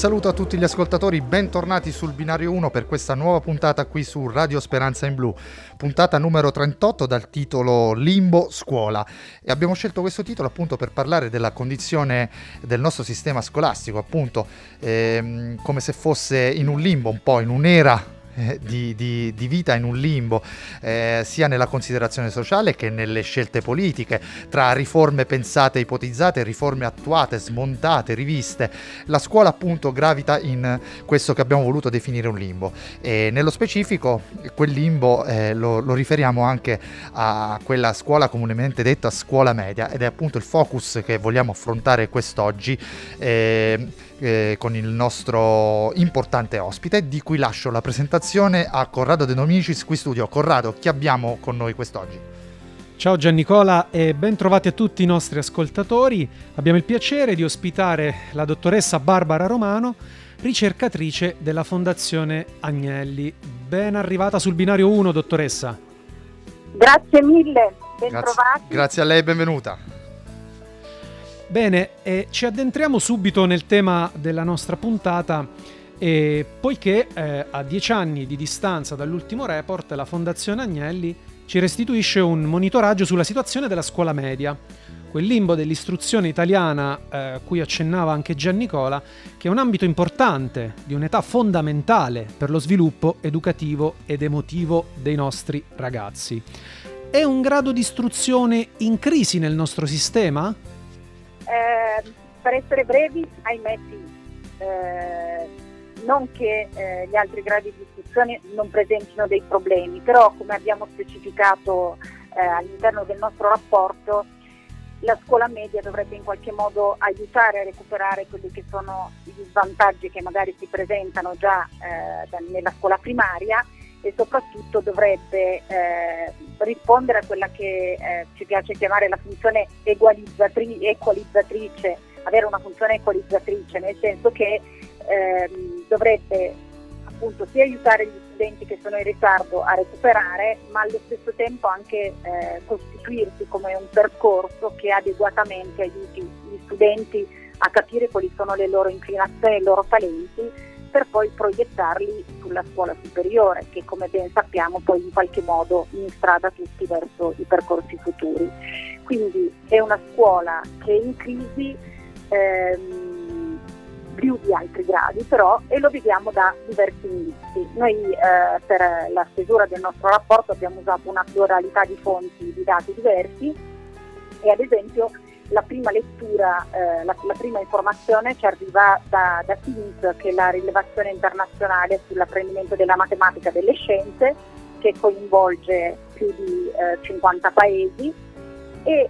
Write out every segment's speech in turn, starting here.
saluto a tutti gli ascoltatori, bentornati sul Binario 1 per questa nuova puntata qui su Radio Speranza in Blu, puntata numero 38 dal titolo Limbo Scuola. E abbiamo scelto questo titolo appunto per parlare della condizione del nostro sistema scolastico, appunto come se fosse in un limbo, un po' in un'era di vita in un limbo, sia nella considerazione sociale che nelle scelte politiche, tra riforme pensate, ipotizzate, riforme attuate, smontate, riviste. La scuola appunto gravita in questo che abbiamo voluto definire un limbo, e nello specifico quel limbo lo riferiamo anche a quella scuola comunemente detta scuola media, ed è appunto il focus che vogliamo affrontare quest'oggi con il nostro importante ospite, di cui lascio la presentazione a Corrado De Domicis qui studio. Corrado, chi abbiamo con noi quest'oggi? Ciao Giannicola e ben trovati a tutti i nostri ascoltatori. Abbiamo il piacere di ospitare la dottoressa Barbara Romano, ricercatrice della Fondazione Agnelli. Ben arrivata sul Binario 1, dottoressa. Grazie mille, ben trovati. Grazie a lei, benvenuta. Bene, ci addentriamo subito nel tema della nostra puntata, poiché a 10 anni di distanza dall'ultimo report la Fondazione Agnelli ci restituisce un monitoraggio sulla situazione della scuola media, quel limbo dell'istruzione italiana cui accennava anche Giannicola, che è un ambito importante di un'età fondamentale per lo sviluppo educativo ed emotivo dei nostri ragazzi. È un grado di istruzione in crisi nel nostro sistema? Per essere brevi, ahimè sì. Non che gli altri gradi di istruzione non presentino dei problemi, però come abbiamo specificato all'interno del nostro rapporto, la scuola media dovrebbe in qualche modo aiutare a recuperare quelli che sono gli svantaggi che magari si presentano già nella scuola primaria, e soprattutto dovrebbe rispondere a quella che ci piace chiamare la funzione equalizzatrice, avere una funzione equalizzatrice, nel senso che dovrebbe appunto sia aiutare gli studenti che sono in ritardo a recuperare, ma allo stesso tempo anche costituirsi come un percorso che adeguatamente aiuti gli studenti a capire quali sono le loro inclinazioni e i loro talenti, per poi proiettarli sulla scuola superiore, che come ben sappiamo poi in qualche modo instrada tutti verso i percorsi futuri. Quindi è una scuola che è in crisi più di altri gradi però, e lo vediamo da diversi indizi. Noi per la stesura del nostro rapporto abbiamo usato una pluralità di fonti di dati diversi, e ad esempio la prima lettura, la prima informazione ci arriva da TIMSS, che è la rilevazione internazionale sull'apprendimento della matematica e delle scienze, che coinvolge più di 50 paesi, e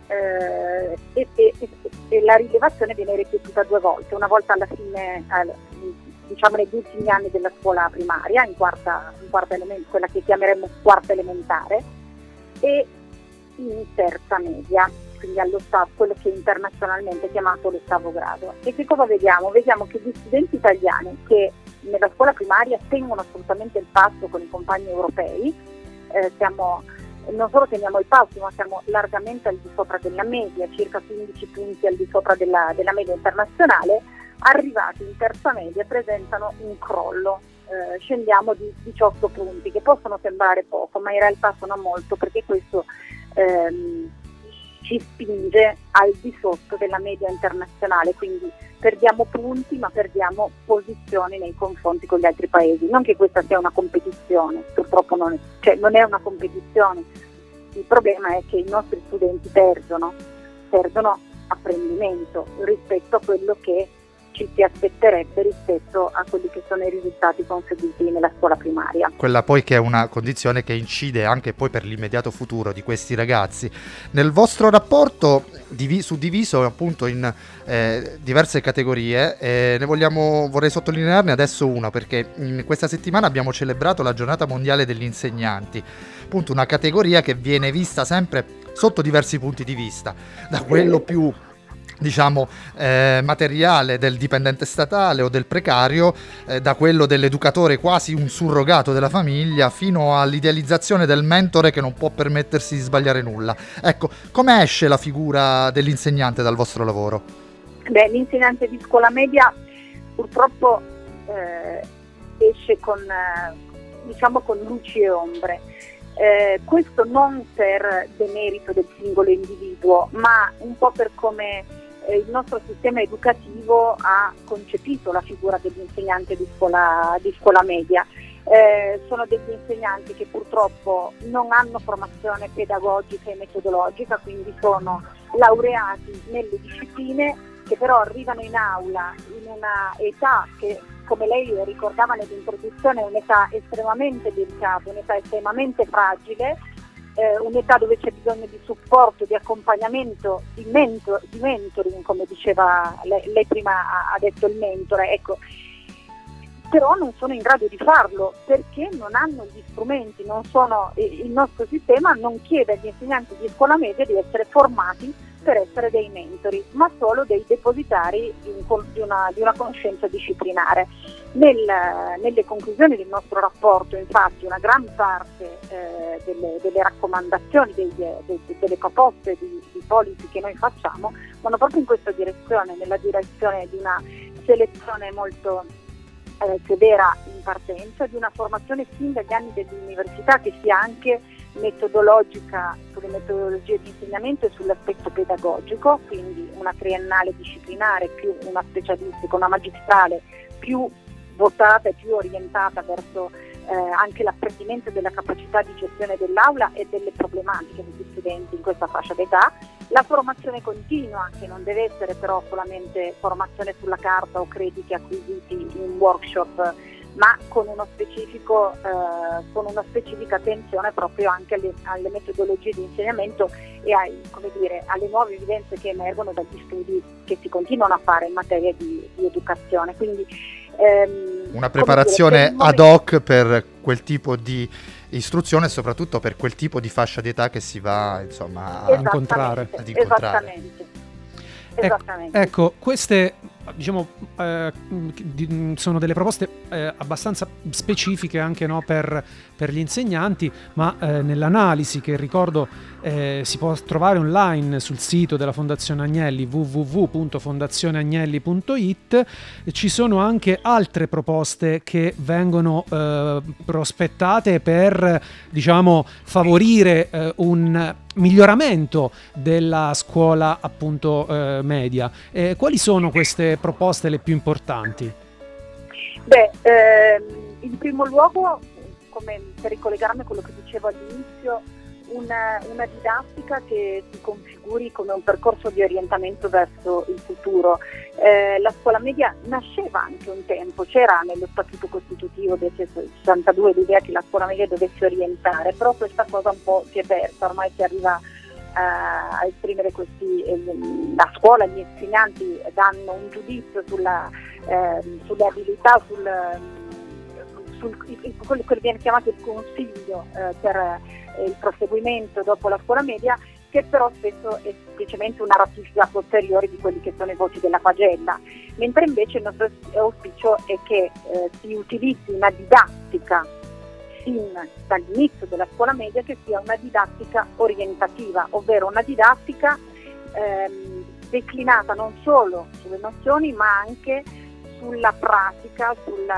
la rilevazione viene ripetuta 2 volte, una volta alla fine, diciamo negli ultimi anni della scuola primaria, in quarta quella che chiameremo quarta elementare, e in terza media, quindi quello che è internazionalmente chiamato l'8º grado. E che cosa vediamo? Vediamo che gli studenti italiani che nella scuola primaria tengono assolutamente il passo con i compagni europei, non solo teniamo il passo, ma siamo largamente al di sopra della media, circa 15 punti al di sopra della media internazionale. Arrivati in terza media presentano un crollo, scendiamo di 18 punti, che possono sembrare poco, ma in realtà sono molto, perché questo ci spinge al di sotto della media internazionale, quindi perdiamo punti, ma perdiamo posizioni nei confronti con gli altri paesi. Non che questa sia una competizione, purtroppo non è una competizione. Il problema è che i nostri studenti perdono apprendimento rispetto a quello che ci si aspetterebbe rispetto a quelli che sono i risultati conseguiti nella scuola primaria. Quella poi che è una condizione che incide anche poi per l'immediato futuro di questi ragazzi. Nel vostro rapporto suddiviso appunto in diverse categorie, vorrei sottolinearne adesso una, perché in questa settimana abbiamo celebrato la giornata mondiale degli insegnanti, appunto una categoria che viene vista sempre sotto diversi punti di vista, da quello più materiale del dipendente statale o del precario, da quello dell'educatore quasi un surrogato della famiglia, fino all'idealizzazione del mentore che non può permettersi di sbagliare nulla. Ecco, come esce la figura dell'insegnante dal vostro lavoro? L'insegnante di scuola media purtroppo esce con luci e ombre. Questo non per demerito del singolo individuo, ma un po' per come il nostro sistema educativo ha concepito la figura dell'insegnante di scuola media. Sono degli insegnanti che purtroppo non hanno formazione pedagogica e metodologica, quindi sono laureati nelle discipline che però arrivano in aula in una età che, come lei ricordava nell'introduzione, è un'età estremamente delicata, un'età estremamente fragile, un'età dove c'è bisogno di supporto, di accompagnamento, di mentoring, come diceva lei prima ha detto il mentore, ecco. Però non sono in grado di farlo perché non hanno gli strumenti, il nostro sistema non chiede agli insegnanti di scuola media di essere formati per essere dei mentori, ma solo dei depositari di una conoscenza disciplinare. Nelle conclusioni del nostro rapporto, infatti, una gran parte delle raccomandazioni, delle proposte di policy che noi facciamo vanno proprio in questa direzione, nella direzione di una selezione molto severa in partenza, di una formazione fin dagli anni dell'università che sia anche metodologica sulle metodologie di insegnamento e sull'aspetto pedagogico, quindi una triennale disciplinare più una specialistica, una magistrale più votata e più orientata verso anche l'apprendimento della capacità di gestione dell'aula e delle problematiche degli studenti in questa fascia d'età. La formazione continua, che non deve essere però solamente formazione sulla carta o crediti acquisiti in workshop, ma con una specifica attenzione proprio anche alle metodologie di insegnamento e alle nuove evidenze che emergono dagli studi che si continuano a fare in materia di educazione. Quindi una preparazione ad hoc per quel tipo di istruzione e soprattutto per quel tipo di fascia di età che si va a incontrare. Esattamente. Ecco, queste sono delle proposte abbastanza specifiche anche, no, per gli insegnanti, ma nell'analisi che ricordo si può trovare online sul sito della Fondazione Agnelli, www.fondazioneagnelli.it, ci sono anche altre proposte che vengono prospettate per favorire un miglioramento della scuola appunto media. Quali sono queste proposte le più importanti? In primo luogo, come per ricollegarmi a quello che dicevo all'inizio, una didattica che si configuri come un percorso di orientamento verso il futuro. La scuola media nasceva anche un tempo, c'era nello statuto costitutivo del 62 l'idea che la scuola media dovesse orientare, però questa cosa un po' si è persa, ormai si arriva a esprimere la scuola, gli insegnanti danno un giudizio sulle abilità, quello che viene chiamato il consiglio per il proseguimento dopo la scuola media, che però spesso è semplicemente una ratifica posteriore di quelli che sono i voti della pagella, mentre invece il nostro auspicio è che si utilizzi una didattica fin dall'inizio della scuola media che sia una didattica orientativa, ovvero una didattica declinata non solo sulle nozioni ma anche sulla pratica,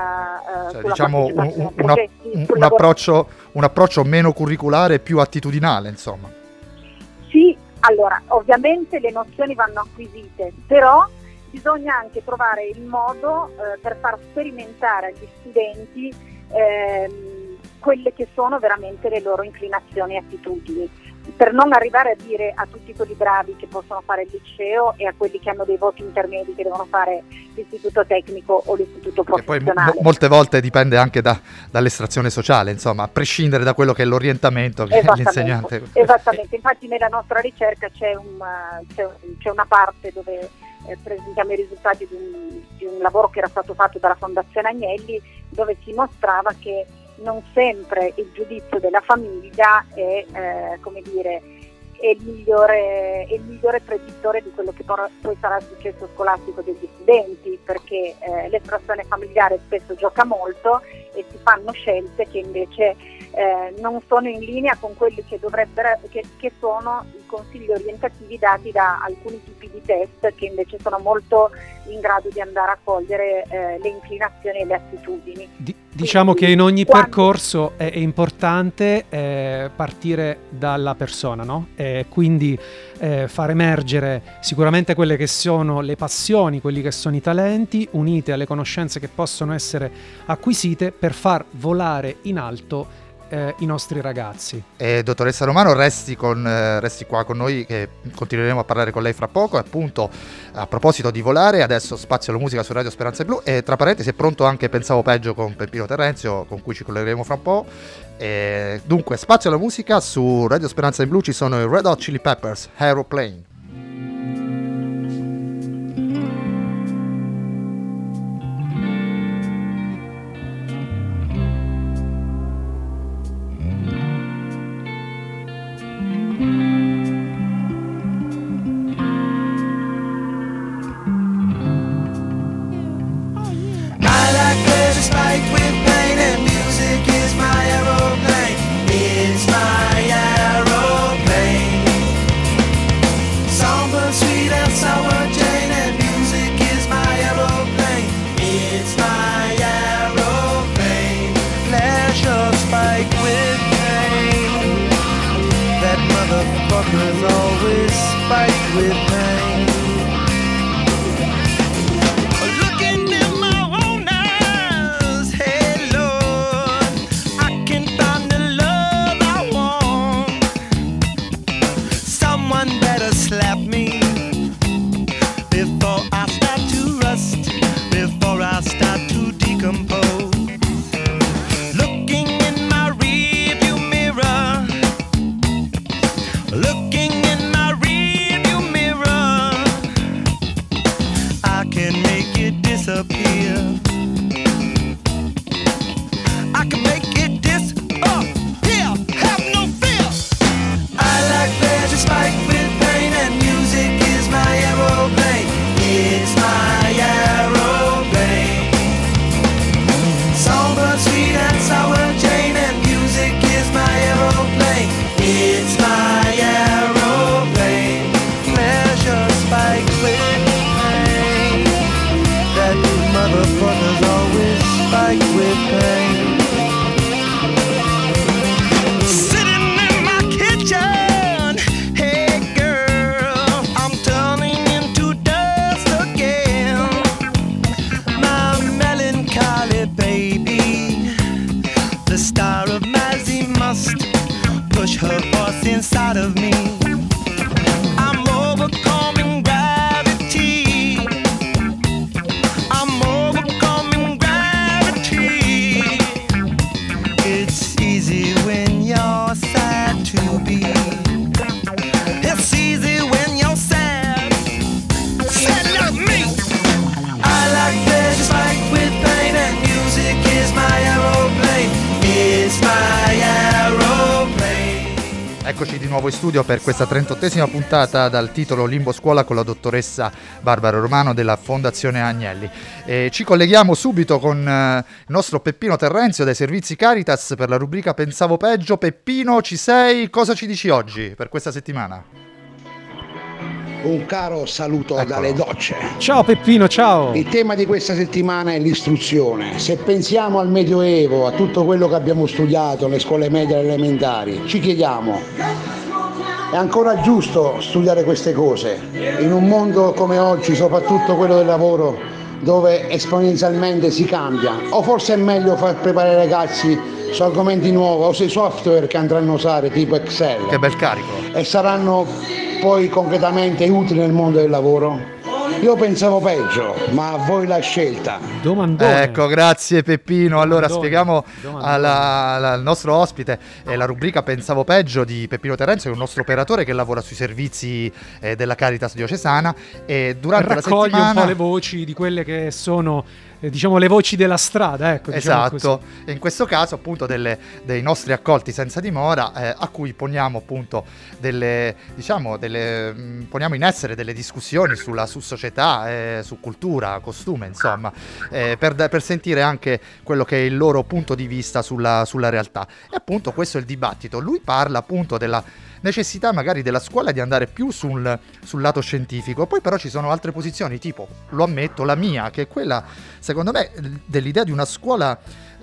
un approccio meno curriculare, più attitudinale, insomma. Sì, allora ovviamente le nozioni vanno acquisite, però bisogna anche trovare il modo per far sperimentare agli studenti quelle che sono veramente le loro inclinazioni e attitudini, per non arrivare a dire a tutti quelli bravi che possono fare il liceo e a quelli che hanno dei voti intermedi che devono fare l'istituto tecnico o l'istituto professionale. Poi molte volte dipende anche dall'estrazione sociale, insomma, a prescindere da quello che è l'orientamento che l'insegnante. Esattamente, infatti nella nostra ricerca c'è una parte dove presentiamo i risultati di un lavoro che era stato fatto dalla Fondazione Agnelli, dove si mostrava che non sempre il giudizio della famiglia è il migliore predittore di quello che poi sarà il successo scolastico degli studenti, perché l'estrazione familiare spesso gioca molto e si fanno scelte che invece non sono in linea con quelli che dovrebbero, che sono i consigli orientativi dati da alcuni tipi di test, che invece sono molto in grado di andare a cogliere le inclinazioni e le attitudini. Diciamo che in ogni percorso è importante partire dalla persona, no? Quindi far emergere sicuramente quelle che sono le passioni, quelli che sono i talenti, unite alle conoscenze che possono essere acquisite per far volare in alto i nostri ragazzi. Dottoressa Romano, resti qua con noi, che continueremo a parlare con lei fra poco. Appunto, a proposito di volare, adesso spazio alla musica su Radio Speranza Blu, e tra parentesi è pronto anche Pensavo Peggio con Peppino Terrenzio, con cui ci collegheremo fra un po'. Dunque, spazio alla musica su Radio Speranza in Blu. Ci sono i Red Hot Chili Peppers, Aeroplane. Eccoci di nuovo in studio per questa 38esima puntata dal titolo Limbo Scuola con la dottoressa Barbara Romano della Fondazione Agnelli. Ci colleghiamo subito con il nostro Peppino Terrenzio dai servizi Caritas per la rubrica Pensavo Peggio. Peppino, ci sei? Cosa ci dici oggi per questa settimana? Un caro saluto dalle docce. Ciao Peppino, ciao. Il tema di questa settimana è l'istruzione. Se pensiamo al Medioevo, a tutto quello che abbiamo studiato nelle scuole medie e elementari, ci chiediamo: è ancora giusto studiare queste cose? In un mondo come oggi, soprattutto quello del lavoro, dove esponenzialmente si cambia, o forse è meglio far preparare i ragazzi su argomenti nuovi o sui software che andranno a usare, tipo Excel? Che bel carico. E saranno poi concretamente utili nel mondo del lavoro? Io pensavo peggio, ma a voi la scelta. Domandone. Ecco, grazie Peppino. Allora spieghiamo al nostro ospite la rubrica Pensavo Peggio di Peppino Terrenzio, che è un nostro operatore che lavora sui servizi della Caritas diocesana, e durante la settimana raccoglie un po' le voci di quelle che sono diciamo le voci della strada, ecco. Diciamo esatto, così. e in questo caso appunto dei nostri accolti senza dimora, a cui poniamo appunto poniamo in essere delle discussioni su società, su cultura, costume, insomma, per sentire anche quello che è il loro punto di vista sulla realtà. E appunto questo è il dibattito. Lui parla appunto della necessità magari della scuola di andare più sul lato scientifico. Poi però ci sono altre posizioni, tipo, lo ammetto, la mia, che è quella, secondo me, dell'idea di una scuola,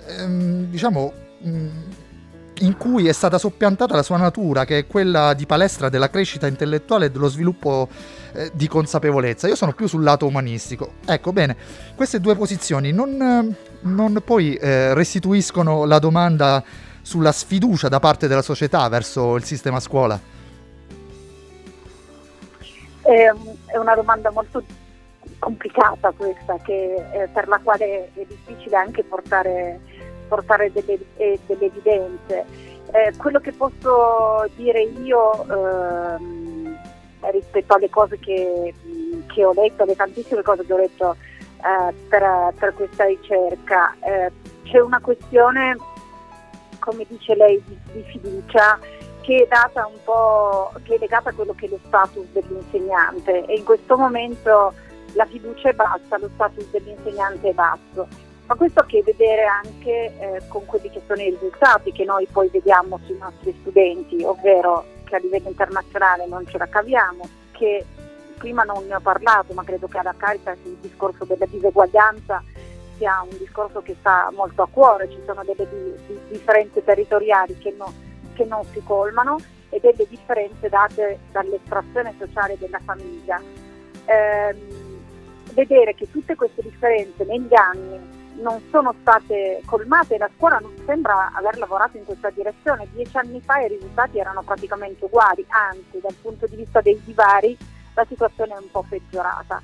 in cui è stata soppiantata la sua natura, che è quella di palestra della crescita intellettuale e dello sviluppo di consapevolezza. Io sono più sul lato umanistico. Ecco, bene, queste due posizioni non poi restituiscono la domanda sulla sfiducia da parte della società verso il sistema scuola? È una domanda molto complicata questa, per la quale è difficile anche portare delle evidenze. Quello che posso dire io rispetto alle cose che ho letto, alle tantissime cose che ho letto per questa ricerca, c'è una questione, come dice lei, di fiducia, che è data un po', che è legata a quello che è lo status dell'insegnante, e in questo momento la fiducia è bassa, lo status dell'insegnante è basso. Ma questo ha a che vedere anche con quelli che sono i risultati che noi poi vediamo sui nostri studenti, ovvero che a livello internazionale non ce la caviamo, che prima non ne ho parlato, ma credo che alla Caritas il discorso della diseguaglianza sia un discorso che sta molto a cuore. Ci sono delle differenze territoriali che non si colmano, e delle differenze date dall'estrazione sociale della famiglia. Vedere che tutte queste differenze negli anni non sono state colmate, la scuola non sembra aver lavorato in questa direzione. 10 anni fa i risultati erano praticamente uguali, anzi dal punto di vista dei divari la situazione è un po' peggiorata.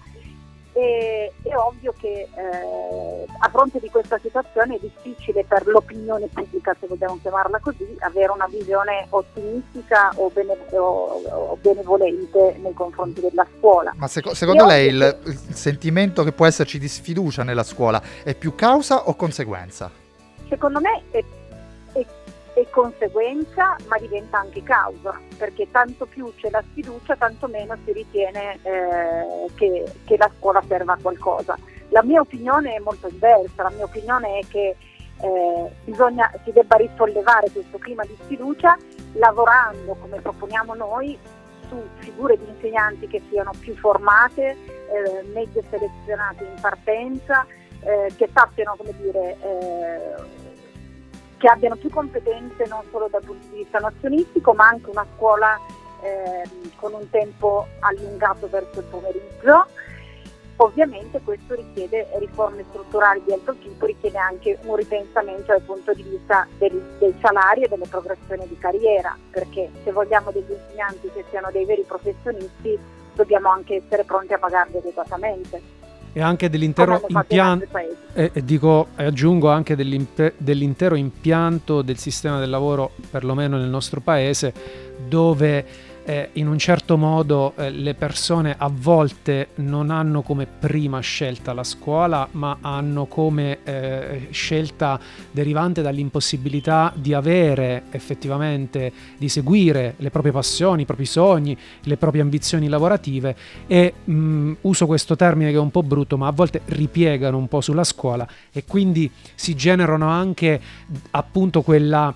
È ovvio che a fronte di questa situazione è difficile per l'opinione pubblica, se vogliamo chiamarla così, avere una visione ottimistica o benevolente nei confronti della scuola. Ma secondo lei il sentimento che può esserci di sfiducia nella scuola è più causa o conseguenza? Secondo me è conseguenza, ma diventa anche causa, perché tanto più c'è la sfiducia, tanto meno si ritiene che la scuola serva a qualcosa. La mia opinione è molto diversa. La mia opinione è che si debba risollevare questo clima di sfiducia lavorando, come proponiamo noi, su figure di insegnanti che siano più formate, meglio selezionate in partenza, che sappiano, come dire, che abbiano più competenze non solo dal punto di vista nozionistico, ma anche una scuola con un tempo allungato verso il pomeriggio. Ovviamente questo richiede riforme strutturali di altro tipo, richiede anche un ripensamento dal punto di vista dei salari e delle progressioni di carriera, perché se vogliamo degli insegnanti che siano dei veri professionisti dobbiamo anche essere pronti a pagarli adeguatamente. E anche dell'intero impianto, aggiungo anche dell'intero impianto del sistema del lavoro, perlomeno nel nostro paese, dove in un certo modo le persone a volte non hanno come prima scelta la scuola, ma hanno come scelta derivante dall'impossibilità di avere effettivamente, di seguire le proprie passioni, i propri sogni, le proprie ambizioni lavorative, e uso questo termine che è un po' brutto, ma a volte ripiegano un po' sulla scuola, e quindi si generano anche appunto quel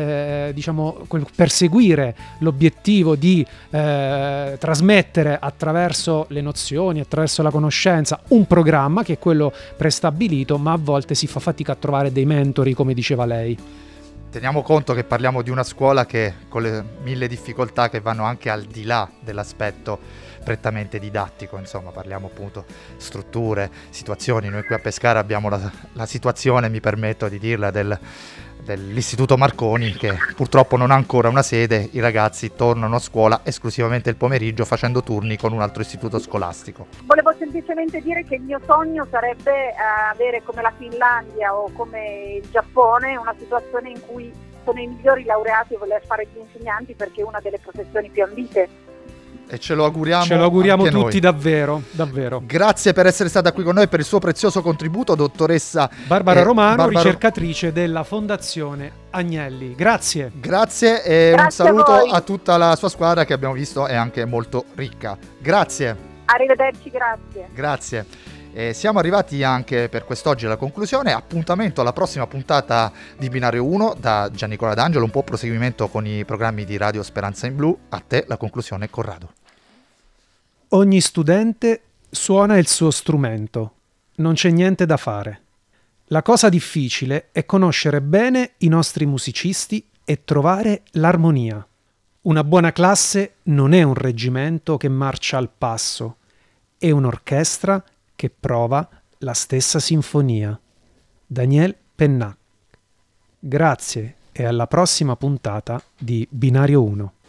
perseguire l'obiettivo di trasmettere attraverso le nozioni, attraverso la conoscenza, un programma che è quello prestabilito, ma a volte si fa fatica a trovare dei mentori, come diceva lei. Teniamo conto che parliamo di una scuola che, con le 1000 difficoltà che vanno anche al di là dell'aspetto prettamente didattico, insomma, parliamo appunto strutture, situazioni. Noi qui a Pescara abbiamo la situazione, mi permetto di dirla, dell'Istituto Marconi, che purtroppo non ha ancora una sede. I ragazzi tornano a scuola esclusivamente il pomeriggio, facendo turni con un altro istituto scolastico. Volevo semplicemente dire che il mio sogno sarebbe avere, come la Finlandia o come il Giappone, una situazione in cui sono i migliori laureati a voler fare gli insegnanti, perché è una delle professioni più ambite. E ce lo auguriamo. Ce lo auguriamo anche tutti, noi. davvero, davvero. Grazie per essere stata qui con noi, per il suo prezioso contributo, dottoressa Barbara Romano, Barbara- ricercatrice della Fondazione Agnelli. Grazie. Grazie e un Grazie a saluto voi. a tutta la sua squadra che abbiamo visto è anche molto ricca. Grazie. Arrivederci, grazie. Grazie. Siamo arrivati anche per quest'oggi alla conclusione. Appuntamento alla prossima puntata di Binario 1 da Giannicola D'Angelo, un po' proseguimento con i programmi di Radio Speranza in Blu. A te la conclusione, Corrado. Ogni studente suona il suo strumento. Non c'è niente da fare. La cosa difficile è conoscere bene i nostri musicisti e trovare l'armonia. Una buona classe non è un reggimento che marcia al passo, è un'orchestra che prova la stessa sinfonia. Daniel Pennac. Grazie e alla prossima puntata di Binario 1.